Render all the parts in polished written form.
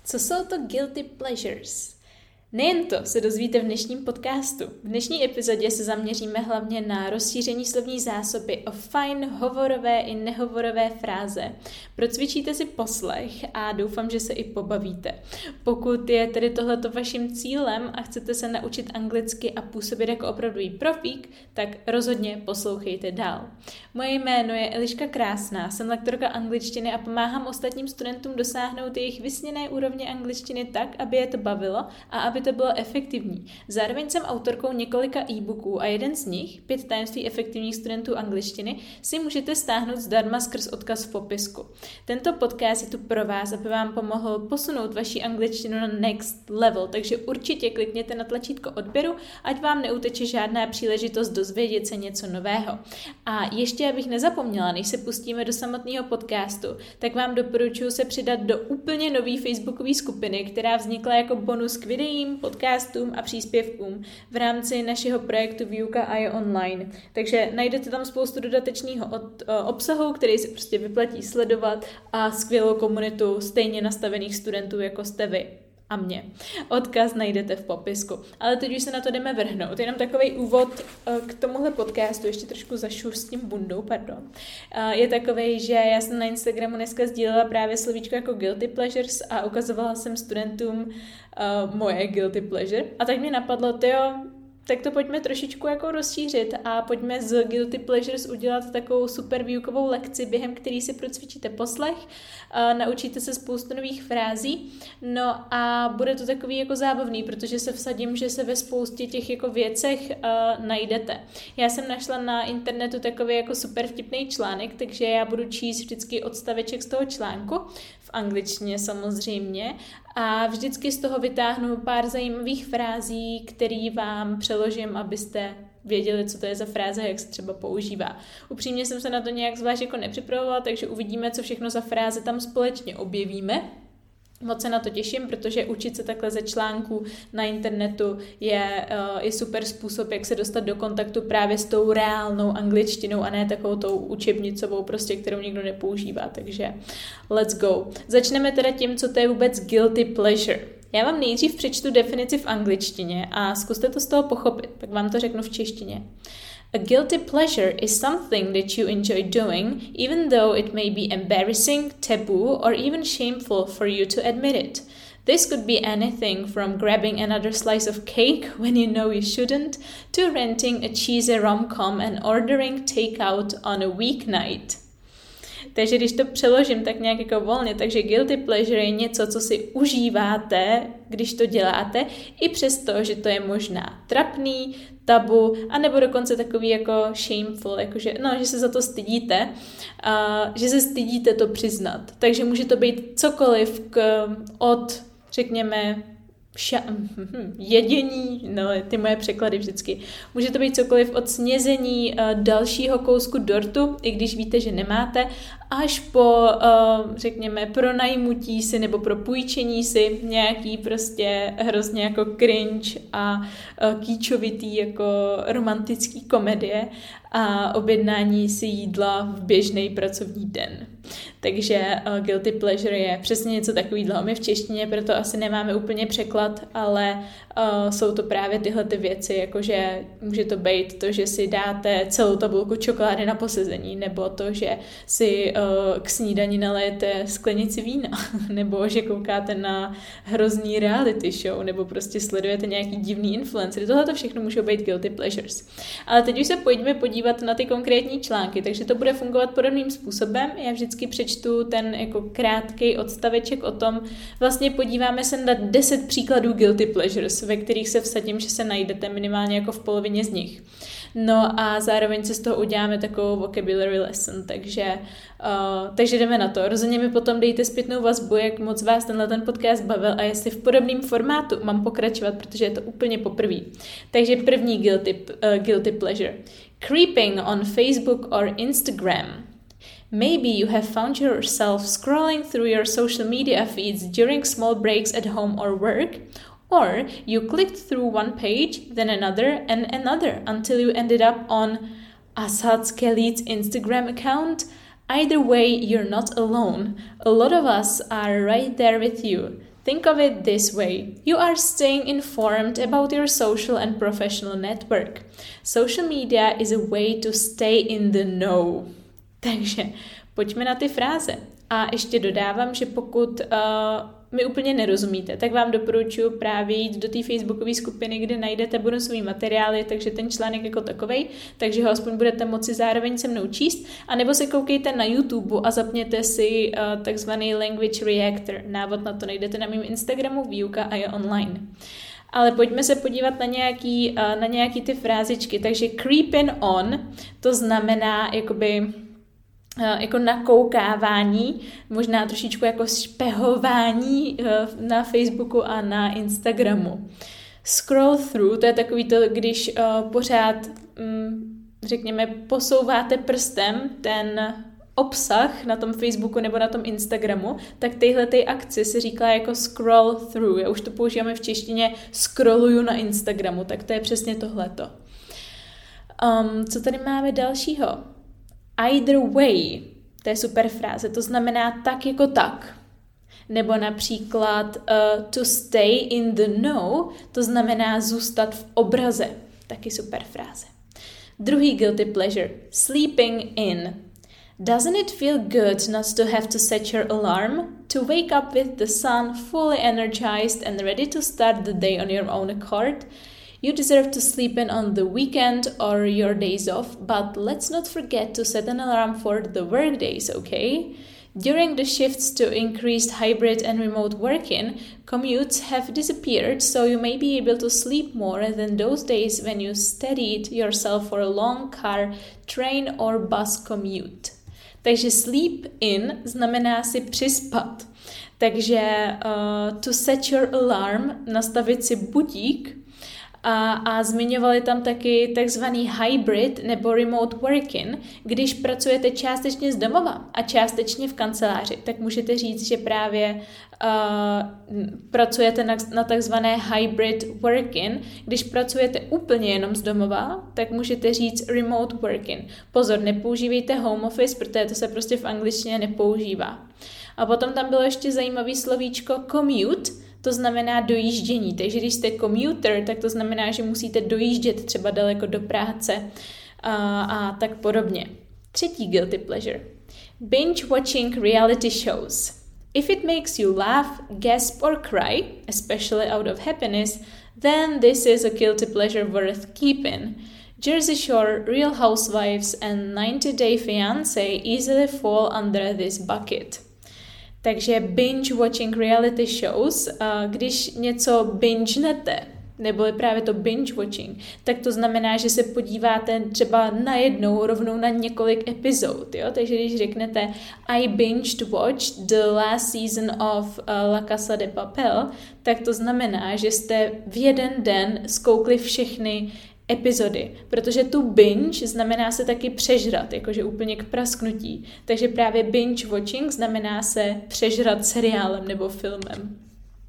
Co jsou to guilty pleasures? Nejen to se dozvíte v dnešním podcastu. V dnešní epizodě se zaměříme hlavně na rozšíření slovní zásoby o fajn hovorové i nehovorové fráze. Procvičíte si poslech a doufám, že se i pobavíte. Pokud je tedy tohleto vaším cílem a chcete se naučit anglicky a působit jako opravdový profík, tak rozhodně poslouchejte dál. Moje jméno je Eliška Krásná, jsem lektorka angličtiny a pomáhám ostatním studentům dosáhnout jejich vysněné úrovně angličtiny tak, aby je to bavilo a aby to bylo efektivní. Zároveň jsem autorkou několika e-booků a jeden z nich, 5 tajemství efektivních studentů angličtiny, si můžete stáhnout zdarma skrz odkaz v popisku. Tento podcast je tu pro vás, aby vám pomohl posunout vaši angličtinu na next level, takže určitě klikněte na tlačítko odběru, ať vám neuteče žádná příležitost dozvědět se něco nového. A ještě abych nezapomněla, než se pustíme do samotného podcastu, tak vám doporučuji se přidat do úplně nové facebookové skupiny, která vznikla jako bonus k videím, podcastům a příspěvkům v rámci našeho projektu Výuka a je online. Takže najdete tam spoustu dodatečného obsahu, který se prostě vyplatí sledovat a skvělou komunitu stejně nastavených studentů, jako jste vy a mě. Odkaz najdete v popisku. Ale teď už se na to jdeme vrhnout. Jenom takový úvod k tomuhle podcastu, ještě trošku zašustím bundou, pardon. Je takovej, že já jsem na Instagramu dneska sdílela právě slovíčko jako guilty pleasures a ukazovala jsem studentům moje guilty pleasure. A tak mě napadlo, tak to pojďme trošičku jako rozšířit a pojďme z guilty pleasures udělat takovou super výukovou lekci, během který si procvičíte poslech, naučíte se spoustu nových frází, no a bude to takový jako zábavný, protože se vsadím, že se ve spoustě těch jako věcech najdete. Já jsem našla na internetu takový jako super vtipný článek, takže já budu číst vždycky odstaveček z toho článku, v angličtině samozřejmě, a vždycky z toho vytáhnu pár zajímavých frází, který vám přeložím, abyste věděli, co to je za fráze a jak se třeba používá. Upřímně jsem se na to nějak zvlášť jako nepřipravovala, takže uvidíme, co všechno za fráze tam společně objevíme. Moc se na to těším, protože učit se takhle ze článků na internetu je super způsob, jak se dostat do kontaktu právě s tou reálnou angličtinou a ne takovou tou učebnicovou, prostě, kterou nikdo nepoužívá. Takže let's go. Začneme teda tím, co to je vůbec guilty pleasure. Já vám nejdřív přečtu definici v angličtině a zkuste to z toho pochopit, pak vám to řeknu v češtině. A guilty pleasure is something that you enjoy doing, even though it may be embarrassing, taboo, or even shameful for you to admit it. This could be anything from grabbing another slice of cake when you know you shouldn't, to renting a cheesy rom-com and ordering takeout on a weeknight. Takže když to přeložím tak nějak jako volně, takže guilty pleasure je něco, co si užíváte, když to děláte, i přesto, že to je možná trapný, tabu, anebo dokonce takový jako shameful, jakože, že se za to stydíte, že se stydíte to přiznat. Takže může to být cokoliv od, řekněme, jedění, ty moje překlady vždycky. Může to být cokoliv od snězení dalšího kousku dortu, i když víte, že nemáte, až po, řekněme, pronajmutí si nebo propůjčení si nějaký prostě hrozně jako cringe a kýčovitý jako romantický komedie a objednání si jídla v běžný pracovní den. Takže guilty pleasure je přesně něco takového. My v češtině proto asi nemáme úplně překlad, ale jsou to právě tyhle ty věci, jakože může to být to, že si dáte celou tabulku čokolády na posezení, nebo to, že si k snídani nalijete sklenici vína, nebo že koukáte na hrozný reality show, nebo prostě sledujete nějaký divný influencer. Tohle to všechno můžou být guilty pleasures. Ale teď už se pojďme podívat na ty konkrétní články, takže to bude fungovat podobným způsobem. Já vždycky přečtu ten jako krátký odstaveček o tom, vlastně podíváme se na 10 příkladů guilty pleasures, ve kterých se vsadím, že se najdete minimálně jako v polovině z nich. No a zároveň se z toho uděláme takovou vocabulary lesson, takže jdeme na to. Rozhodně mi potom dejte zpětnou vazbu, jak moc vás ten podcast bavil a jestli v podobném formátu mám pokračovat, protože je to úplně poprvé. Takže první guilty pleasure. Creeping on Facebook or Instagram. Maybe you have found yourself scrolling through your social media feeds during small breaks at home or work, or you clicked through one page, then another and another until you ended up on Asad Khalid's Instagram account. Either way, you're not alone. A lot of us are right there with you. Think of it this way. You are staying informed about your social and professional network. Social media is a way to stay in the know. Takže pojďme na ty fráze. A ještě dodávám, že pokud mi úplně nerozumíte, tak vám doporučuji právě jít do té facebookové skupiny, kde najdete bonusové materiály, takže ten článek jako takovej, takže ho aspoň budete moci zároveň se mnou číst, anebo se koukejte na YouTube a zapněte si takzvaný Language Reactor. Návod na to najdete na mém Instagramu Výuka a je online. Ale pojďme se podívat na nějaký ty frázičky. Takže creeping on, to znamená jako nakoukávání, možná trošičku jako špehování na Facebooku a na Instagramu. Scroll through, to je takový to, když pořád, řekněme, posouváte prstem ten obsah na tom Facebooku nebo na tom Instagramu, tak téhletej akci se říká jako scroll through. Já už to používáme v češtině scrolluju na Instagramu, tak to je přesně tohleto. Co tady máme dalšího? Either way, to je super fráze, to znamená tak jako tak. Nebo například to stay in the know, to znamená zůstat v obraze. Taky super fráze. Druhý guilty pleasure, sleeping in. Doesn't it feel good not to have to set your alarm? To wake up with the sun fully energized and ready to start the day on your own accord? You deserve to sleep in on the weekend or your days off, but let's not forget to set an alarm for the work days, okay? During the shifts to increased hybrid and remote working, commutes have disappeared, so you may be able to sleep more than those days when you steadied yourself for a long car, train or bus commute. Takže sleep in znamená si přispat. Takže to set your alarm, nastavit si budík, a zmiňovali tam taky takzvaný hybrid nebo remote working, když pracujete částečně z domova a částečně v kanceláři, tak můžete říct, že právě pracujete na takzvané hybrid working. Když pracujete úplně jenom z domova, tak můžete říct remote working. Pozor, nepoužívejte home office, protože to se prostě v angličtině nepoužívá. A potom tam bylo ještě zajímavý slovíčko commute, to znamená dojíždění. Takže když jste commuter, tak to znamená, že musíte dojíždět třeba daleko do práce a tak podobně. Třetí guilty pleasure. Binge watching reality shows. If it makes you laugh, gasp or cry, especially out of happiness, then this is a guilty pleasure worth keeping. Jersey Shore, Real Housewives and 90 Day Fiancé easily fall under this bucket. Takže binge watching reality shows, když něco bingenete, nebo právě to binge watching, tak to znamená, že se podíváte třeba najednou rovnou na několik epizod, jo? Takže když řeknete I binged watched the last season of La Casa de Papel, tak to znamená, že jste v jeden den zkoukli všechny epizody, protože tu binge znamená se taky přežrat, jakože úplně k prasknutí. Takže právě binge watching znamená se přežrat seriálem nebo filmem.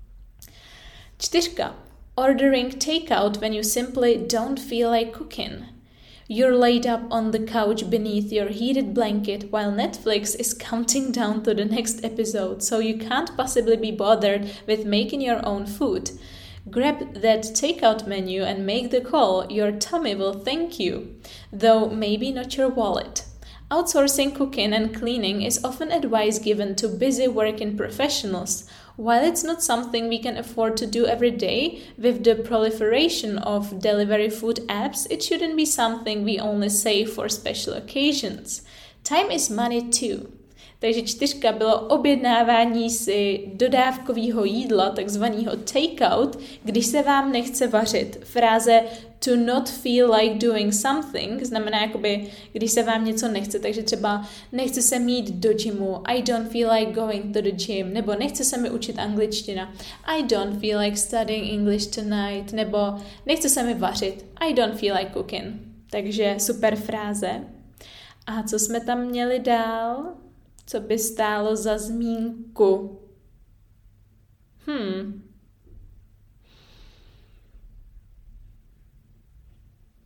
4. Ordering takeout when you simply don't feel like cooking. You're laid up on the couch beneath your heated blanket while Netflix is counting down to the next episode, so you can't possibly be bothered with making your own food. Grab that takeout menu and make the call. Your tummy will thank you, though maybe not your wallet. Outsourcing cooking and cleaning is often advice given to busy working professionals. While it's not something we can afford to do every day, with the proliferation of delivery food apps, it shouldn't be something we only save for special occasions. Time is money too. Takže 4 bylo objednávání si dodávkového jídla, takzvaného takeout, když se vám nechce vařit. Fráze to not feel like doing something znamená jakoby, když se vám něco nechce, takže třeba nechce se mi jít do gymu, I don't feel like going to the gym, nebo nechce se mi učit angličtina, I don't feel like studying English tonight, nebo nechce se mi vařit, I don't feel like cooking. Takže super fráze. A co jsme tam měli dál? Co by stálo za zmínku?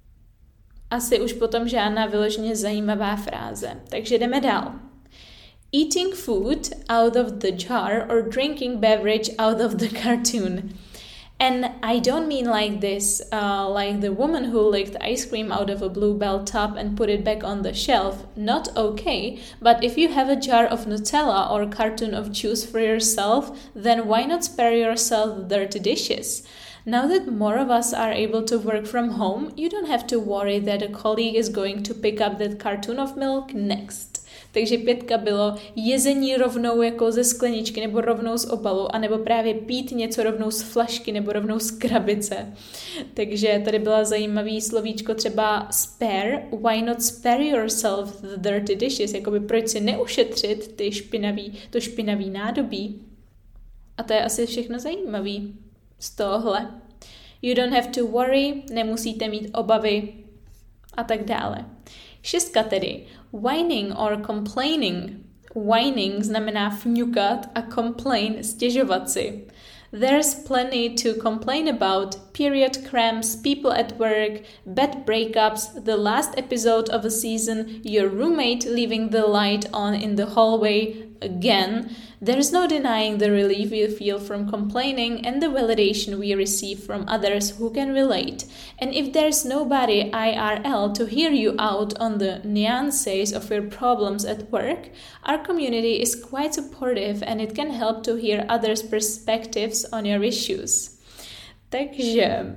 Asi už potom žádná vyloženě zajímavá fráze. Takže jdeme dál. eating food out of the jar or drinking beverage out of the cartoon. And I don't mean like this, like the woman who licked ice cream out of a Bluebell tub and put it back on the shelf. Not okay, but if you have a jar of Nutella or a carton of juice for yourself, then why not spare yourself the dirty dishes? Now that more of us are able to work from home, you don't have to worry that a colleague is going to pick up that carton of milk next. Takže 5 bylo jezení rovnou jako ze skleničky nebo rovnou z obalu, anebo právě pít něco rovnou z flašky nebo rovnou z krabice. Takže tady byla zajímavý slovíčko třeba spare, why not spare yourself the dirty dishes, jakoby proč si neušetřit to špinavý nádobí. A to je asi všechno zajímavý z tohohle. You don't have to worry, nemusíte mít obavy a tak dále. 6 tedy. Whining or complaining. Whining znamená fňukat a complain stěžovat si. There's plenty to complain about. Period cramps, people at work, bad breakups, the last episode of a season, your roommate leaving the light on in the hallway again. There's no denying the relief we feel from complaining and the validation we receive from others who can relate. And if there's nobody IRL to hear you out on the nuances of your problems at work, our community is quite supportive and it can help to hear others' perspectives on your issues. Takže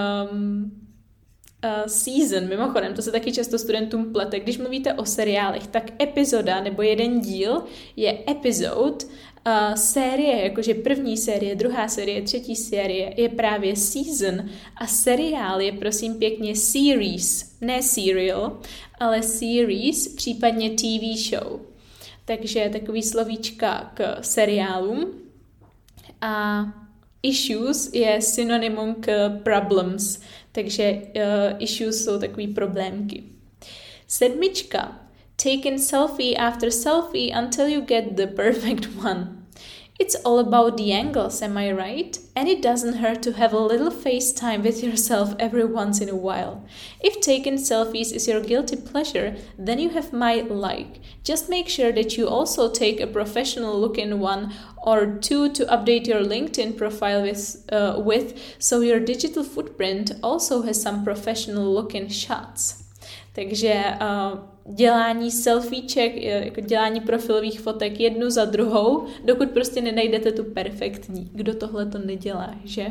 season, mimochodem, to se taky často studentům plete. Když mluvíte o seriálech, tak epizoda nebo jeden díl je episode, série, jakože první série, druhá série, třetí série je právě season a seriál je prosím pěkně series, ne serial, ale series, případně TV show. Takže takový slovíčka k seriálům. A issues je synonymum k problems, takže issues jsou takový problémky. 7. Taking selfie after selfie until you get the perfect one. It's all about the angles, am I right? And it doesn't hurt to have a little FaceTime with yourself every once in a while. If taking selfies is your guilty pleasure, then you have my like. Just make sure that you also take a professional looking one or two to update your LinkedIn profile with so your digital footprint also has some professional looking shots. Takže dělání selfieček, jako dělání profilových fotek jednu za druhou, dokud prostě nenajdete tu perfektní. Kdo tohle to nedělá, že?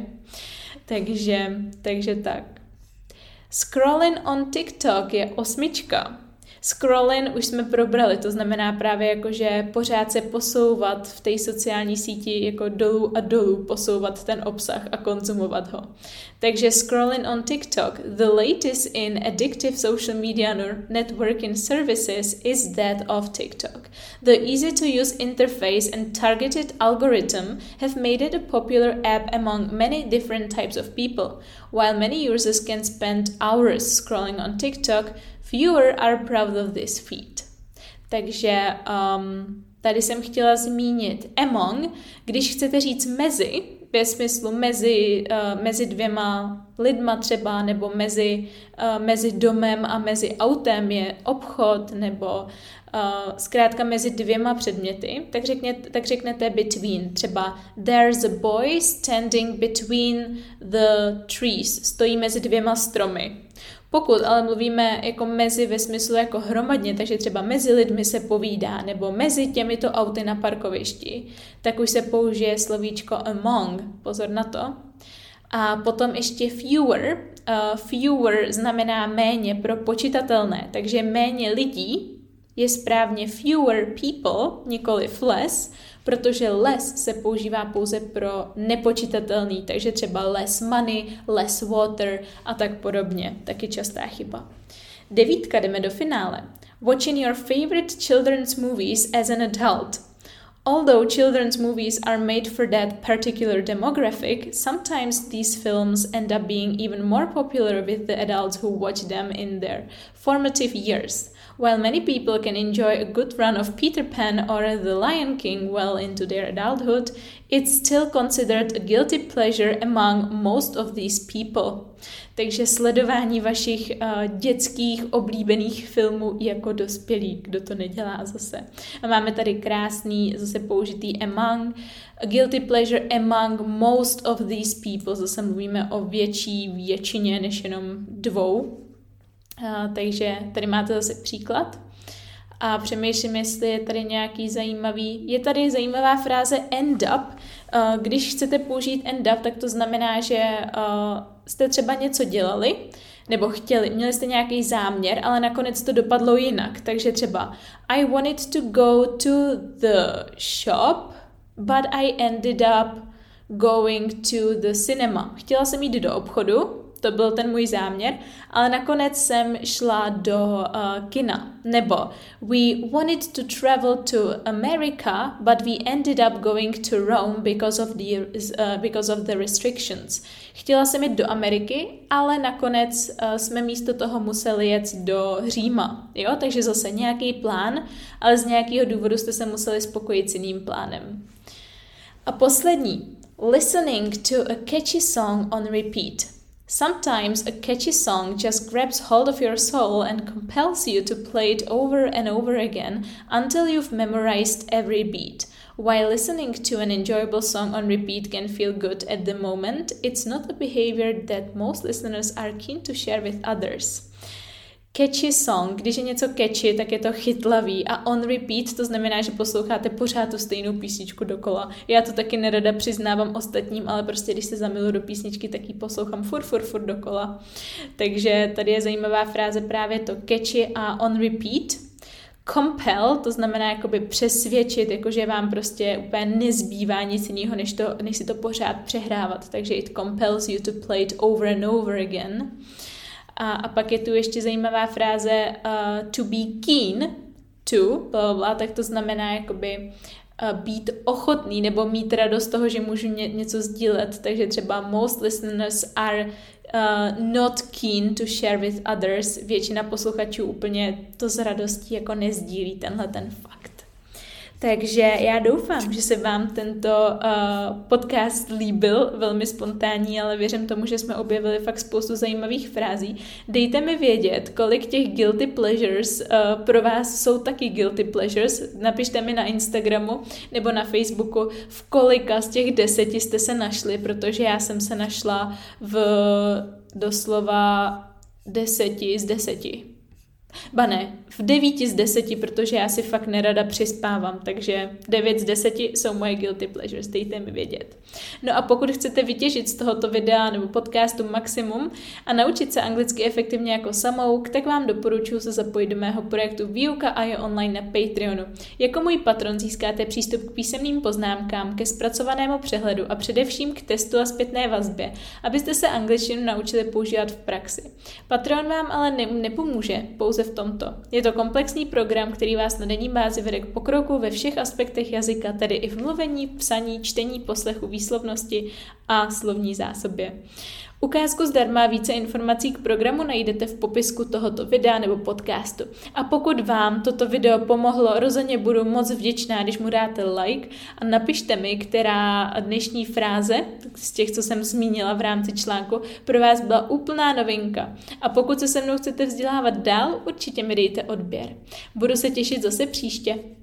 Takže tak. Scrolling on TikTok je 8. Scrolling už jsme probrali, to znamená právě jakože pořád se posouvat v té sociální síti jako dolů a dolů, posouvat ten obsah a konzumovat ho. Takže scrolling on TikTok, the latest in addictive social media networking services is that of TikTok. The easy-to-use interface and targeted algorithm have made it a popular app among many different types of people. While many users can spend hours scrolling on TikTok, fewer are proud of this feat. Takže tady jsem chtěla zmínit among, když chcete říct mezi, ve smyslu mezi dvěma lidma třeba, nebo mezi domem a mezi autem je obchod, nebo zkrátka mezi dvěma předměty, tak řeknete between. Třeba there's a boy standing between the trees. Stojí mezi dvěma stromy. Pokud ale mluvíme jako mezi ve smyslu jako hromadně, takže třeba mezi lidmi se povídá, nebo mezi těmito auty na parkovišti, tak už se použije slovíčko among. Pozor na to. A potom ještě fewer. Fewer znamená méně pro počitatelné, takže méně lidí je správně fewer people, nikoliv less, protože less se používá pouze pro nepočitatelný, takže třeba less money, less water a tak podobně. Taky častá chyba. 9. jdeme do finále. Watching your favorite children's movies as an adult. Although children's movies are made for that particular demographic, sometimes these films end up being even more popular with the adults who watch them in their formative years. While many people can enjoy a good run of Peter Pan or The Lion King well into their adulthood, it's still considered a guilty pleasure among most of these people. Takže sledování vašich dětských oblíbených filmů jako dospělí, kdo to nedělá zase. A máme tady krásný zase použitý among, a guilty pleasure among most of these people, zase mluvíme o větší většině než jenom dvou. Takže tady máte zase příklad. A přemýšlím, jestli je tady nějaký zajímavý. Je tady zajímavá fráze end up. Když chcete použít end up, tak to znamená, že jste třeba něco dělali, nebo měli jste nějaký záměr, ale nakonec to dopadlo jinak. Takže třeba I wanted to go to the shop, but I ended up going to the cinema. Chtěla jsem jít do obchodu, to byl ten můj záměr, ale nakonec jsem šla do kina. Nebo we wanted to travel to America, but we ended up going to Rome because of the restrictions. Chtěla jsem jít do Ameriky, ale nakonec jsme místo toho museli jet do Říma. Jo? Takže zase nějaký plán, ale z nějakého důvodu jste se museli spokojit s jiným plánem. A poslední. Listening to a catchy song on repeat. Sometimes a catchy song just grabs hold of your soul and compels you to play it over and over again until you've memorized every beat. While listening to an enjoyable song on repeat can feel good at the moment, it's not a behavior that most listeners are keen to share with others. Catchy song, když je něco catchy, tak je to chytlavý a on repeat, to znamená, že posloucháte pořád tu stejnou písničku dokola. Já to taky nerada přiznávám ostatním, ale prostě když se zamiluji do písničky, tak ji poslouchám furt dokola. Takže tady je zajímavá fráze právě to catchy a on repeat. Compel, to znamená jakoby přesvědčit, jakože vám prostě úplně nezbývá nic jiného, než si to pořád přehrávat. Takže it compels you to play it over and over again. A pak je tu ještě zajímavá fráze to be keen to, blablabla, tak to znamená jakoby být ochotný nebo mít radost toho, že můžu něco sdílet. Takže třeba most listeners are not keen to share with others. Většina posluchačů úplně to s radostí jako nezdílí tenhle ten fakt. Takže já doufám, že se vám tento podcast líbil, velmi spontánní, ale věřím tomu, že jsme objevili fakt spoustu zajímavých frází. Dejte mi vědět, kolik těch guilty pleasures pro vás jsou taky guilty pleasures. Napište mi na Instagramu nebo na Facebooku, v kolika z těch 10 jste se našli, protože já jsem se našla v doslova 10 z 10. V 9 z 10, protože já si fakt nerada přispávám, takže 9 z 10 jsou moje guilty pleasures, dejte mi vědět. No a pokud chcete vytěžit z tohoto videa nebo podcastu maximum a naučit se anglicky efektivně jako samouk, tak vám doporučuji se zapojit do mého projektu Výuka a je online na Patreonu. Jako můj patron získáte přístup k písemným poznámkám, ke zpracovanému přehledu a především k testu a zpětné vazbě, abyste se angličtinu naučili používat v praxi. Patreon vám ale nepomůže pouze v tomto. Je to komplexní program, který vás na denní bázi vede k pokroku ve všech aspektech jazyka, tedy i v mluvení, psaní, čtení, poslechu, výslovnosti a slovní zásobě. Ukázku zdarma a více informací k programu najdete v popisku tohoto videa nebo podcastu. A pokud vám toto video pomohlo, rozhodně budu moc vděčná, když mu dáte like a napište mi, která dnešní fráze z těch, co jsem zmínila v rámci článku, pro vás byla úplná novinka. A pokud se se mnou chcete vzdělávat dál, určitě mi dejte odběr. Budu se těšit zase příště.